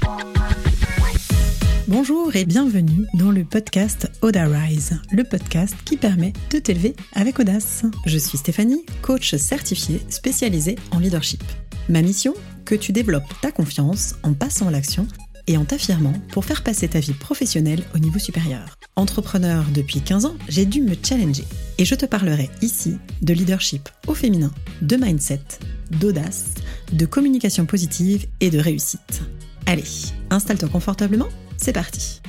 Bonjour et bienvenue dans le podcast Audarise, le podcast qui permet de t'élever avec audace. Je suis Stéphanie, coach certifiée spécialisée en leadership. Ma mission, que tu développes ta confiance en passant à l'action et en t'affirmant pour faire passer ta vie professionnelle au niveau supérieur. Entrepreneur depuis 15 ans, j'ai dû me challenger et je te parlerai ici de leadership au féminin, de mindset, d'audace, de communication positive et de réussite. Allez, installe-toi confortablement. C'est parti.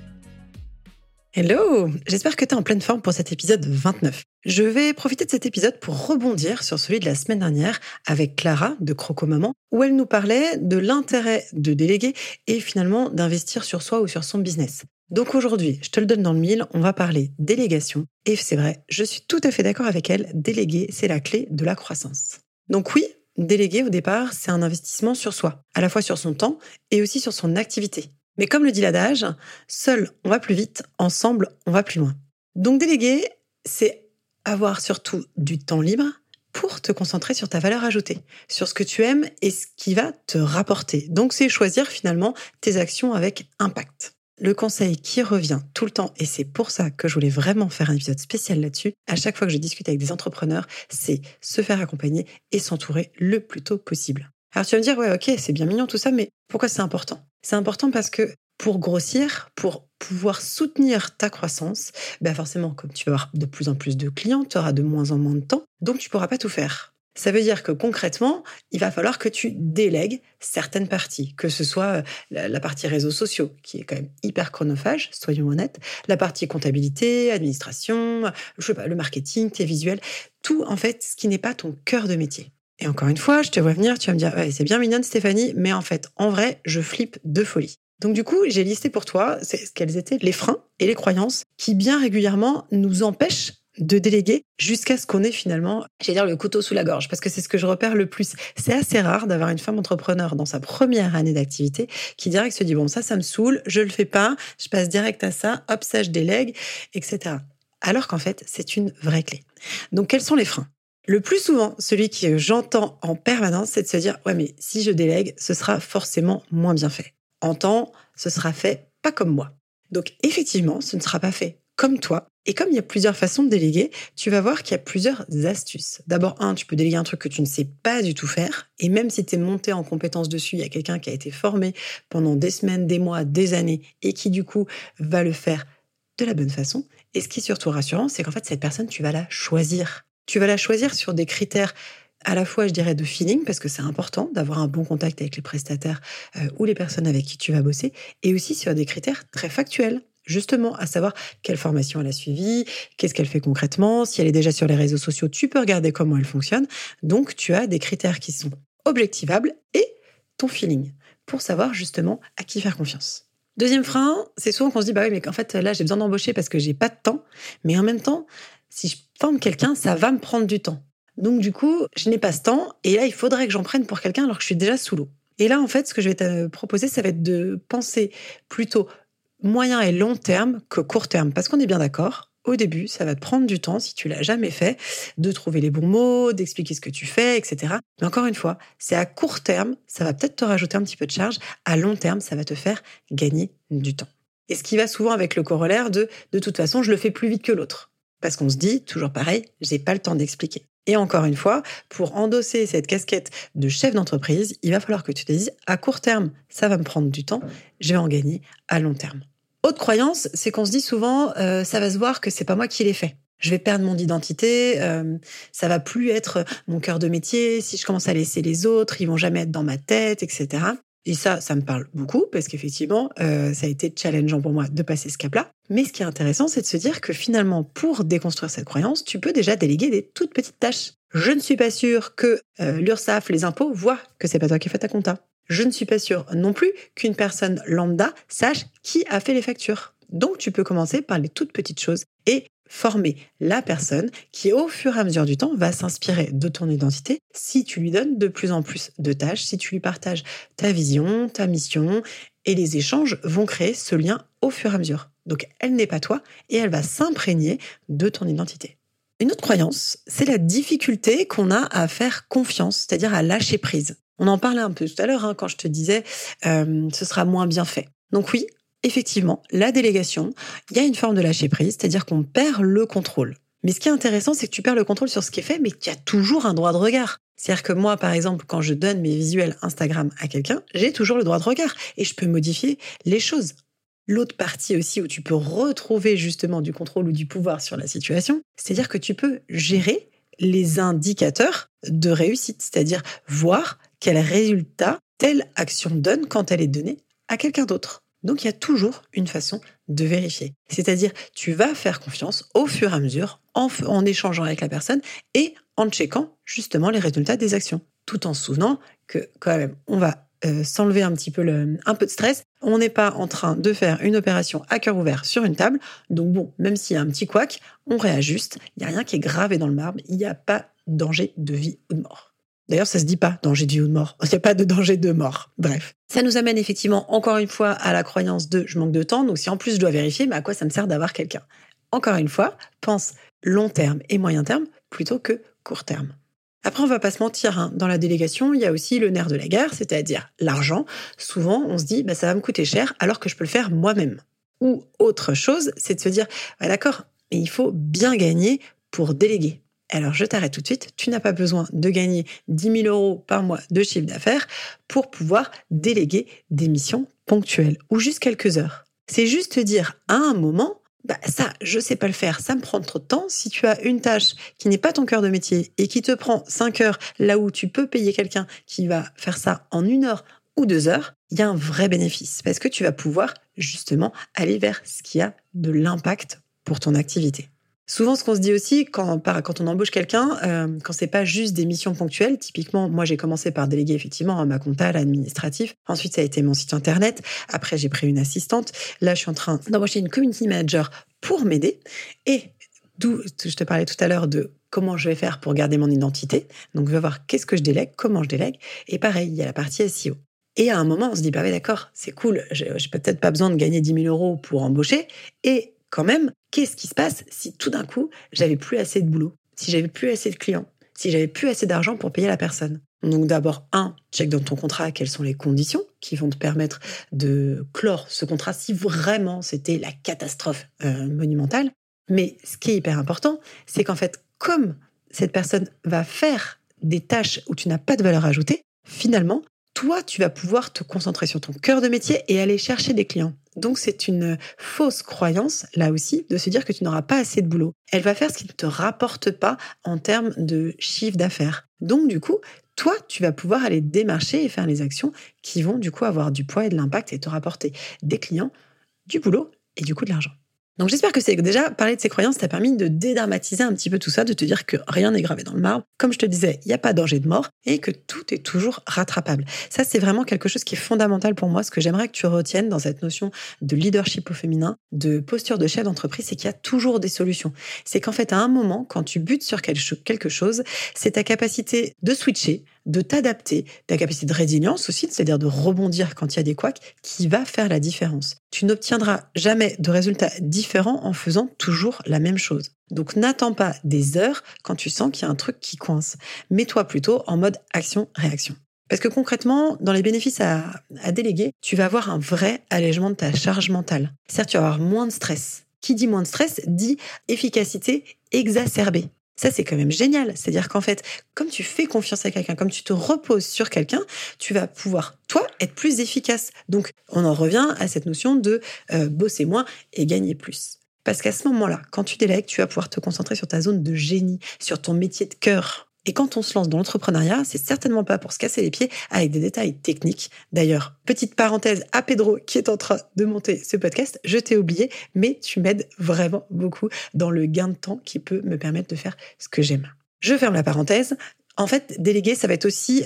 Hello, j'espère que tu es en pleine forme pour cet épisode 29. Je vais profiter de cet épisode pour rebondir sur celui de la semaine dernière avec Clara de Croco Maman, où elle nous parlait de l'intérêt de déléguer et finalement d'investir sur soi ou sur son business. Donc aujourd'hui, je te le donne dans le mille, on va parler délégation. Et c'est vrai, je suis tout à fait d'accord avec elle, déléguer, c'est la clé de la croissance. Donc oui, déléguer au départ, c'est un investissement sur soi, à la fois sur son temps et aussi sur son activité. Mais comme le dit l'adage, seul on va plus vite, ensemble on va plus loin. Donc déléguer, c'est avoir surtout du temps libre pour te concentrer sur ta valeur ajoutée, sur ce que tu aimes et ce qui va te rapporter. Donc c'est choisir finalement tes actions avec impact. Le conseil qui revient tout le temps, et c'est pour ça que je voulais vraiment faire un épisode spécial là-dessus, à chaque fois que je discute avec des entrepreneurs, c'est se faire accompagner et s'entourer le plus tôt possible. Alors tu vas me dire, ouais, ok, c'est bien mignon tout ça, mais pourquoi c'est important ? C'est important parce que pour grossir, pour pouvoir soutenir ta croissance, forcément, comme tu vas avoir de plus en plus de clients, tu auras de moins en moins de temps, donc tu ne pourras pas tout faire. Ça veut dire que concrètement, il va falloir que tu délègues certaines parties, que ce soit la partie réseaux sociaux, qui est quand même hyper chronophage, soyons honnêtes, la partie comptabilité, administration, le marketing, tes visuels, tout en fait ce qui n'est pas ton cœur de métier. Et encore une fois, je te vois venir, tu vas me dire ouais, « c'est bien mignonne Stéphanie, mais en fait, en vrai, je flippe de folie ». Donc du coup, j'ai listé pour toi quels étaient les freins et les croyances qui bien régulièrement nous empêchent de déléguer jusqu'à ce qu'on ait finalement, le couteau sous la gorge, parce que c'est ce que je repère le plus. C'est assez rare d'avoir une femme entrepreneur dans sa première année d'activité qui direct se dit « bon, ça me saoule, je le fais pas, je passe direct à ça, hop, ça je délègue, etc. » Alors qu'en fait, c'est une vraie clé. Donc quels sont les freins ? Le plus souvent, celui que j'entends en permanence, c'est de se dire « ouais, mais si je délègue, ce sera forcément moins bien fait. En temps, ce sera fait pas comme moi. » Donc effectivement, ce ne sera pas fait comme toi. Et comme il y a plusieurs façons de déléguer, tu vas voir qu'il y a plusieurs astuces. D'abord, tu peux déléguer un truc que tu ne sais pas du tout faire. Et même si tu es monté en compétence dessus, il y a quelqu'un qui a été formé pendant des semaines, des mois, des années et qui du coup va le faire de la bonne façon. Et ce qui est surtout rassurant, c'est qu'en fait, cette personne, tu vas la choisir. Tu vas la choisir sur des critères à la fois, je dirais, de feeling, parce que c'est important d'avoir un bon contact avec les prestataires ou les personnes avec qui tu vas bosser, et aussi sur des critères très factuels, justement, à savoir quelle formation elle a suivi, qu'est-ce qu'elle fait concrètement, si elle est déjà sur les réseaux sociaux, tu peux regarder comment elle fonctionne. Donc, tu as des critères qui sont objectivables et ton feeling, pour savoir justement à qui faire confiance. Deuxième frein, c'est souvent qu'on se dit, oui, mais qu'en fait, là, j'ai besoin d'embaucher parce que j'ai pas de temps, mais en même temps, si je forme quelqu'un, ça va me prendre du temps. Donc du coup, je n'ai pas ce temps et là, il faudrait que j'en prenne pour quelqu'un alors que je suis déjà sous l'eau. Et là, en fait, ce que je vais te proposer, ça va être de penser plutôt moyen et long terme que court terme. Parce qu'on est bien d'accord, au début, ça va te prendre du temps, si tu l'as jamais fait, de trouver les bons mots, d'expliquer ce que tu fais, etc. Mais encore une fois, c'est à court terme, ça va peut-être te rajouter un petit peu de charge. À long terme, ça va te faire gagner du temps. Et ce qui va souvent avec le corollaire de toute façon, je le fais plus vite que l'autre. Parce qu'on se dit, toujours pareil, j'ai pas le temps d'expliquer. Et encore une fois, pour endosser cette casquette de chef d'entreprise, il va falloir que tu te dises, à court terme, ça va me prendre du temps, je vais en gagner à long terme. Autre croyance, c'est qu'on se dit souvent, ça va se voir que c'est pas moi qui l'ai fait. Je vais perdre mon identité, ça va plus être mon cœur de métier, si je commence à laisser les autres, ils vont jamais être dans ma tête, etc. Et ça me parle beaucoup parce qu'effectivement, ça a été challengeant pour moi de passer ce cap-là. Mais ce qui est intéressant, c'est de se dire que finalement, pour déconstruire cette croyance, tu peux déjà déléguer des toutes petites tâches. Je ne suis pas sûre que l'URSSAF, les impôts, voient que c'est pas toi qui fais ta compta. Je ne suis pas sûre non plus qu'une personne lambda sache qui a fait les factures. Donc, tu peux commencer par les toutes petites choses et former la personne qui, au fur et à mesure du temps, va s'inspirer de ton identité si tu lui donnes de plus en plus de tâches, si tu lui partages ta vision, ta mission, et les échanges vont créer ce lien au fur et à mesure. Donc, elle n'est pas toi et elle va s'imprégner de ton identité. Une autre croyance, c'est la difficulté qu'on a à faire confiance, c'est-à-dire à lâcher prise. On en parlait un peu tout à l'heure quand je te disais ce sera moins bien fait. Donc oui, effectivement, la délégation, il y a une forme de lâcher prise, c'est-à-dire qu'on perd le contrôle. Mais ce qui est intéressant, c'est que tu perds le contrôle sur ce qui est fait, mais tu as toujours un droit de regard. C'est-à-dire que moi, par exemple, quand je donne mes visuels Instagram à quelqu'un, j'ai toujours le droit de regard et je peux modifier les choses. L'autre partie aussi où tu peux retrouver justement du contrôle ou du pouvoir sur la situation, c'est-à-dire que tu peux gérer les indicateurs de réussite, c'est-à-dire voir quel résultat telle action donne quand elle est donnée à quelqu'un d'autre. Donc il y a toujours une façon de vérifier. C'est-à-dire tu vas faire confiance au fur et à mesure en échangeant avec la personne et en checkant justement les résultats des actions. Tout en se souvenant que quand même on va s'enlever un petit peu un peu de stress. On n'est pas en train de faire une opération à cœur ouvert sur une table. Donc bon, même s'il y a un petit couac, on réajuste. Il n'y a rien qui est gravé dans le marbre. Il n'y a pas de danger de vie ou de mort. D'ailleurs, ça se dit pas danger de vie ou de mort. Il n'y a pas de danger de mort. Bref. Ça nous amène effectivement, encore une fois, à la croyance de je manque de temps. Donc si en plus je dois vérifier, mais à quoi ça me sert d'avoir quelqu'un? Encore une fois, pense long terme et moyen terme plutôt que court terme. Après, on va pas se mentir, dans la délégation, il y a aussi le nerf de la guerre, c'est-à-dire l'argent. Souvent, on se dit, ça va me coûter cher alors que je peux le faire moi-même. Ou autre chose, c'est de se dire, d'accord, mais il faut bien gagner pour déléguer. Alors, je t'arrête tout de suite. Tu n'as pas besoin de gagner 10 000 euros par mois de chiffre d'affaires pour pouvoir déléguer des missions ponctuelles ou juste quelques heures. C'est juste dire à un moment, ça, je sais pas le faire, ça me prend trop de temps. Si tu as une tâche qui n'est pas ton cœur de métier et qui te prend 5 heures, là où tu peux payer quelqu'un qui va faire ça en 1 heure ou 2 heures, il y a un vrai bénéfice parce que tu vas pouvoir justement aller vers ce qui a de l'impact pour ton activité. Souvent, ce qu'on se dit aussi quand on embauche quelqu'un, quand c'est pas juste des missions ponctuelles, typiquement, moi j'ai commencé par déléguer effectivement ma compta, l'administratif. Ensuite, ça a été mon site internet. Après, j'ai pris une assistante. Là, je suis en train d'embaucher une community manager pour m'aider. Et d'où je te parlais tout à l'heure de comment je vais faire pour garder mon identité. Donc, je vais voir qu'est-ce que je délègue, comment je délègue. Et pareil, il y a la partie SEO. Et à un moment, on se dit, oui, d'accord, c'est cool. J'ai peut-être pas besoin de gagner 10 000 euros pour embaucher. Et quand même, qu'est-ce qui se passe si tout d'un coup, j'avais plus assez de boulot, si j'avais plus assez de clients, si j'avais plus assez d'argent pour payer la personne? Donc d'abord, check dans ton contrat quelles sont les conditions qui vont te permettre de clore ce contrat si vraiment c'était la catastrophe monumentale. Mais ce qui est hyper important, c'est qu'en fait, comme cette personne va faire des tâches où tu n'as pas de valeur ajoutée, finalement, toi, tu vas pouvoir te concentrer sur ton cœur de métier et aller chercher des clients. Donc, c'est une fausse croyance, là aussi, de se dire que tu n'auras pas assez de boulot. Elle va faire ce qui ne te rapporte pas en termes de chiffre d'affaires. Donc, du coup, toi, tu vas pouvoir aller démarcher et faire les actions qui vont, du coup, avoir du poids et de l'impact et te rapporter des clients, du boulot et du coup de l'argent. Donc j'espère que c'est déjà parler de ces croyances t'a permis de dédramatiser un petit peu tout ça, de te dire que rien n'est gravé dans le marbre. Comme je te disais, il n'y a pas de danger de mort et que tout est toujours rattrapable. Ça, c'est vraiment quelque chose qui est fondamental pour moi. Ce que j'aimerais que tu retiennes dans cette notion de leadership au féminin, de posture de chef d'entreprise, c'est qu'il y a toujours des solutions. C'est qu'en fait, à un moment, quand tu butes sur quelque chose, c'est ta capacité de switcher, de t'adapter, ta capacité de résilience aussi, c'est-à-dire de rebondir quand il y a des couacs, qui va faire la différence. Tu n'obtiendras jamais de résultats différents en faisant toujours la même chose. Donc n'attends pas des heures quand tu sens qu'il y a un truc qui coince. Mets-toi plutôt en mode action-réaction. Parce que concrètement, dans les bénéfices à déléguer, tu vas avoir un vrai allègement de ta charge mentale. C'est-à-dire tu vas avoir moins de stress. Qui dit moins de stress dit efficacité exacerbée. Ça, c'est quand même génial. C'est-à-dire qu'en fait, comme tu fais confiance à quelqu'un, comme tu te reposes sur quelqu'un, tu vas pouvoir, toi, être plus efficace. Donc, on en revient à cette notion de bosser moins et gagner plus. Parce qu'à ce moment-là, quand tu délègues, tu vas pouvoir te concentrer sur ta zone de génie, sur ton métier de cœur. Et quand on se lance dans l'entrepreneuriat, c'est certainement pas pour se casser les pieds avec des détails techniques. D'ailleurs, petite parenthèse à Pedro qui est en train de monter ce podcast, je t'ai oublié, mais tu m'aides vraiment beaucoup dans le gain de temps qui peut me permettre de faire ce que j'aime. Je ferme la parenthèse. En fait, déléguer, ça va être aussi...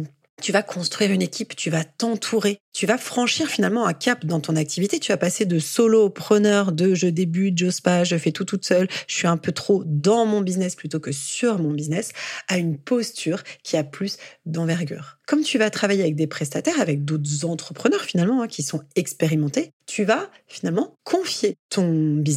tu vas construire une équipe, tu vas t'entourer, tu vas franchir finalement un cap dans ton activité, tu vas passer de solopreneur, de je débute, j'ose pas, je fais tout toute seule, je suis un peu trop dans mon business plutôt que sur mon business, à une posture qui a plus d'envergure. Comme tu vas travailler avec des prestataires, avec d'autres entrepreneurs finalement qui sont expérimentés, tu vas finalement confier ton business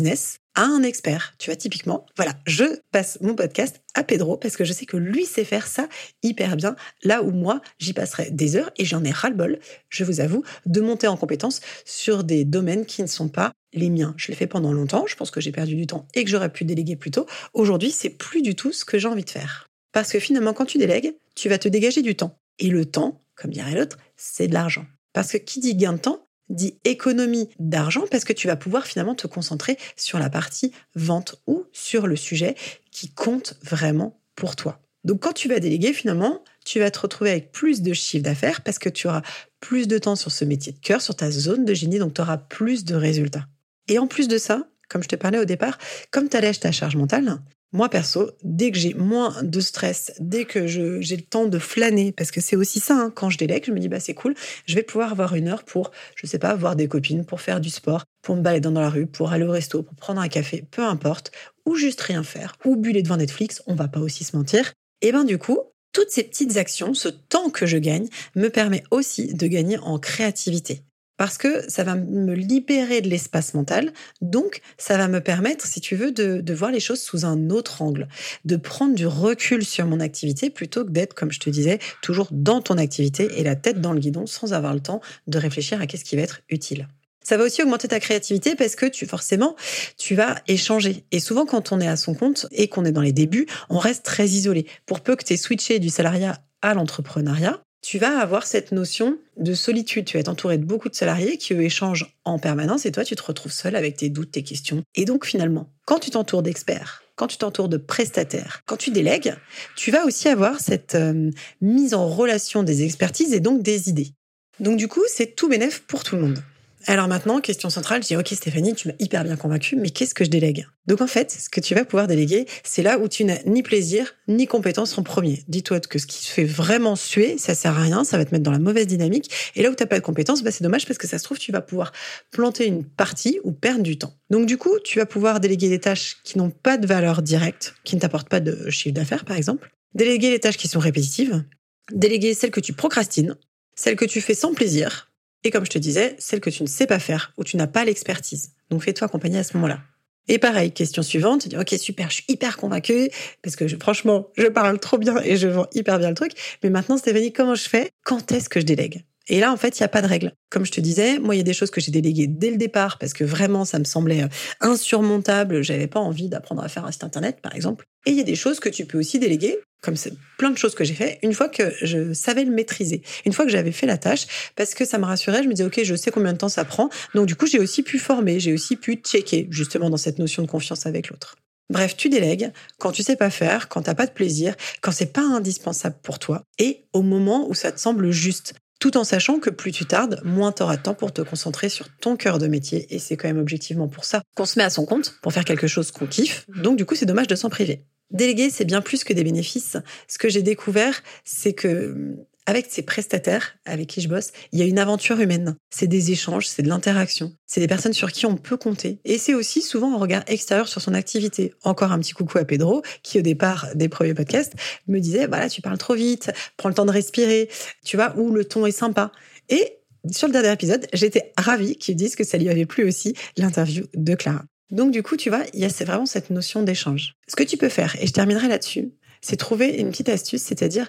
à un expert. Tu vois, typiquement, voilà, je passe mon podcast à Pedro parce que je sais que lui sait faire ça hyper bien, là où moi, j'y passerai des heures et j'en ai ras-le-bol, je vous avoue, de monter en compétence sur des domaines qui ne sont pas les miens. Je l'ai fait pendant longtemps, je pense que j'ai perdu du temps et que j'aurais pu déléguer plus tôt. Aujourd'hui, c'est plus du tout ce que j'ai envie de faire. Parce que finalement, quand tu délègues, tu vas te dégager du temps. Et le temps, comme dirait l'autre, c'est de l'argent. Parce que qui dit gain de temps, dit économie d'argent parce que tu vas pouvoir finalement te concentrer sur la partie vente ou sur le sujet qui compte vraiment pour toi. Donc quand tu vas déléguer, finalement, tu vas te retrouver avec plus de chiffre d'affaires parce que tu auras plus de temps sur ce métier de cœur, sur ta zone de génie, donc tu auras plus de résultats. Et en plus de ça, comme je te parlais au départ, comme tu allèges ta charge mentale, moi perso, dès que j'ai moins de stress, dès que j'ai le temps de flâner, parce que c'est aussi ça, quand je délègue, je me dis c'est cool, je vais pouvoir avoir une heure pour, je sais pas, voir des copines, pour faire du sport, pour me balader dans la rue, pour aller au resto, pour prendre un café, peu importe, ou juste rien faire, ou buller devant Netflix, on va pas aussi se mentir. Et du coup, toutes ces petites actions, ce temps que je gagne, me permet aussi de gagner en créativité. Parce que ça va me libérer de l'espace mental, donc ça va me permettre, si tu veux, de voir les choses sous un autre angle, de prendre du recul sur mon activité plutôt que d'être, comme je te disais, toujours dans ton activité et la tête dans le guidon sans avoir le temps de réfléchir à qu'est-ce qui va être utile. Ça va aussi augmenter ta créativité parce que forcément, tu vas échanger. Et souvent, quand on est à son compte et qu'on est dans les débuts, on reste très isolé. Pour peu que tu aies switché du salariat à l'entrepreneuriat, tu vas avoir cette notion de solitude. Tu vas être entouré de beaucoup de salariés qui, eux, échangent en permanence et toi, tu te retrouves seul avec tes doutes, tes questions. Et donc, finalement, quand tu t'entoures d'experts, quand tu t'entoures de prestataires, quand tu délègues, tu vas aussi avoir cette mise en relation des expertises et donc des idées. Donc, du coup, c'est tout bénef pour tout le monde. Alors maintenant, question centrale, je dis « Ok Stéphanie, tu m'as hyper bien convaincue, mais qu'est-ce que je délègue ?» Donc en fait, ce que tu vas pouvoir déléguer, c'est là où tu n'as ni plaisir, ni compétence en premier. Dis-toi que ce qui te fait vraiment suer, ça sert à rien, ça va te mettre dans la mauvaise dynamique. Et là où tu n'as pas de compétence, c'est dommage parce que ça se trouve, tu vas pouvoir planter une partie ou perdre du temps. Donc du coup, tu vas pouvoir déléguer des tâches qui n'ont pas de valeur directe, qui ne t'apportent pas de chiffre d'affaires par exemple. Déléguer les tâches qui sont répétitives. Déléguer celles que tu procrastines, celles que tu fais sans plaisir. Et comme je te disais, celle que tu ne sais pas faire, où tu n'as pas l'expertise. Donc fais-toi accompagner à ce moment-là. Et pareil, question suivante, tu dis ok super, je suis hyper convaincue, parce que franchement, je parle trop bien et je vends hyper bien le truc, mais maintenant Stéphanie, comment je fais ? Quand est-ce que je délègue ? Et là, en fait, il n'y a pas de règle. Comme je te disais, moi, il y a des choses que j'ai déléguées dès le départ parce que vraiment, ça me semblait insurmontable. J'avais pas envie d'apprendre à faire un site internet, par exemple. Et il y a des choses que tu peux aussi déléguer, comme c'est plein de choses que j'ai fait, une fois que je savais le maîtriser. Une fois que j'avais fait la tâche, parce que ça me rassurait, je me disais, ok, je sais combien de temps ça prend. Donc, du coup, j'ai aussi pu former, j'ai aussi pu checker, justement, dans cette notion de confiance avec l'autre. Bref, tu délègues quand tu sais pas faire, quand t'as pas de plaisir, quand c'est pas indispensable pour toi et au moment où ça te semble juste. Tout en sachant que plus tu tardes, moins tu auras de temps pour te concentrer sur ton cœur de métier. Et c'est quand même objectivement pour ça qu'on se met à son compte, pour faire quelque chose qu'on kiffe. Donc du coup, c'est dommage de s'en priver. Déléguer, c'est bien plus que des bénéfices. Ce que j'ai découvert, c'est que avec ces prestataires avec qui je bosse, il y a une aventure humaine. C'est des échanges, c'est de l'interaction. C'est des personnes sur qui on peut compter. Et c'est aussi souvent un regard extérieur sur son activité. Encore un petit coucou à Pedro, qui au départ des premiers podcasts me disait, voilà, tu parles trop vite, prends le temps de respirer, tu vois, où le ton est sympa. Et sur le dernier épisode, j'étais ravie qu'ils disent que ça lui avait plu aussi, l'interview de Clara. Donc du coup, tu vois, c'est vraiment cette notion d'échange. Ce que tu peux faire, et je terminerai là-dessus, c'est trouver une petite astuce, c'est-à-dire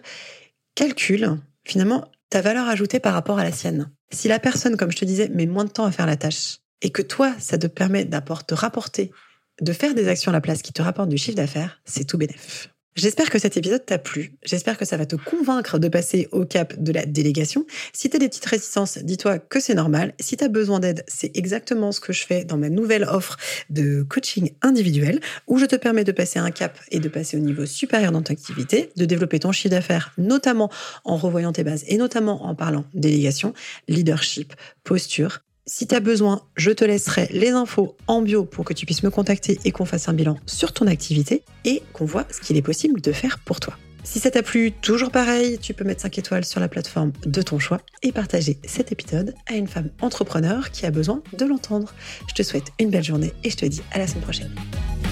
calcule finalement ta valeur ajoutée par rapport à la sienne. Si la personne, comme je te disais, met moins de temps à faire la tâche et que toi, ça te permet de rapporter, de faire des actions à la place qui te rapportent du chiffre d'affaires, c'est tout bénef. J'espère que cet épisode t'a plu. J'espère que ça va te convaincre de passer au cap de la délégation. Si tu as des petites réticences, dis-toi que c'est normal. Si tu as besoin d'aide, c'est exactement ce que je fais dans ma nouvelle offre de coaching individuel où je te permets de passer un cap et de passer au niveau supérieur dans ton activité, de développer ton chiffre d'affaires, notamment en revoyant tes bases et notamment en parlant délégation, leadership, posture. Si tu as besoin, je te laisserai les infos en bio pour que tu puisses me contacter et qu'on fasse un bilan sur ton activité et qu'on voit ce qu'il est possible de faire pour toi. Si ça t'a plu, toujours pareil, tu peux mettre 5 étoiles sur la plateforme de ton choix et partager cet épisode à une femme entrepreneur qui a besoin de l'entendre. Je te souhaite une belle journée et je te dis à la semaine prochaine.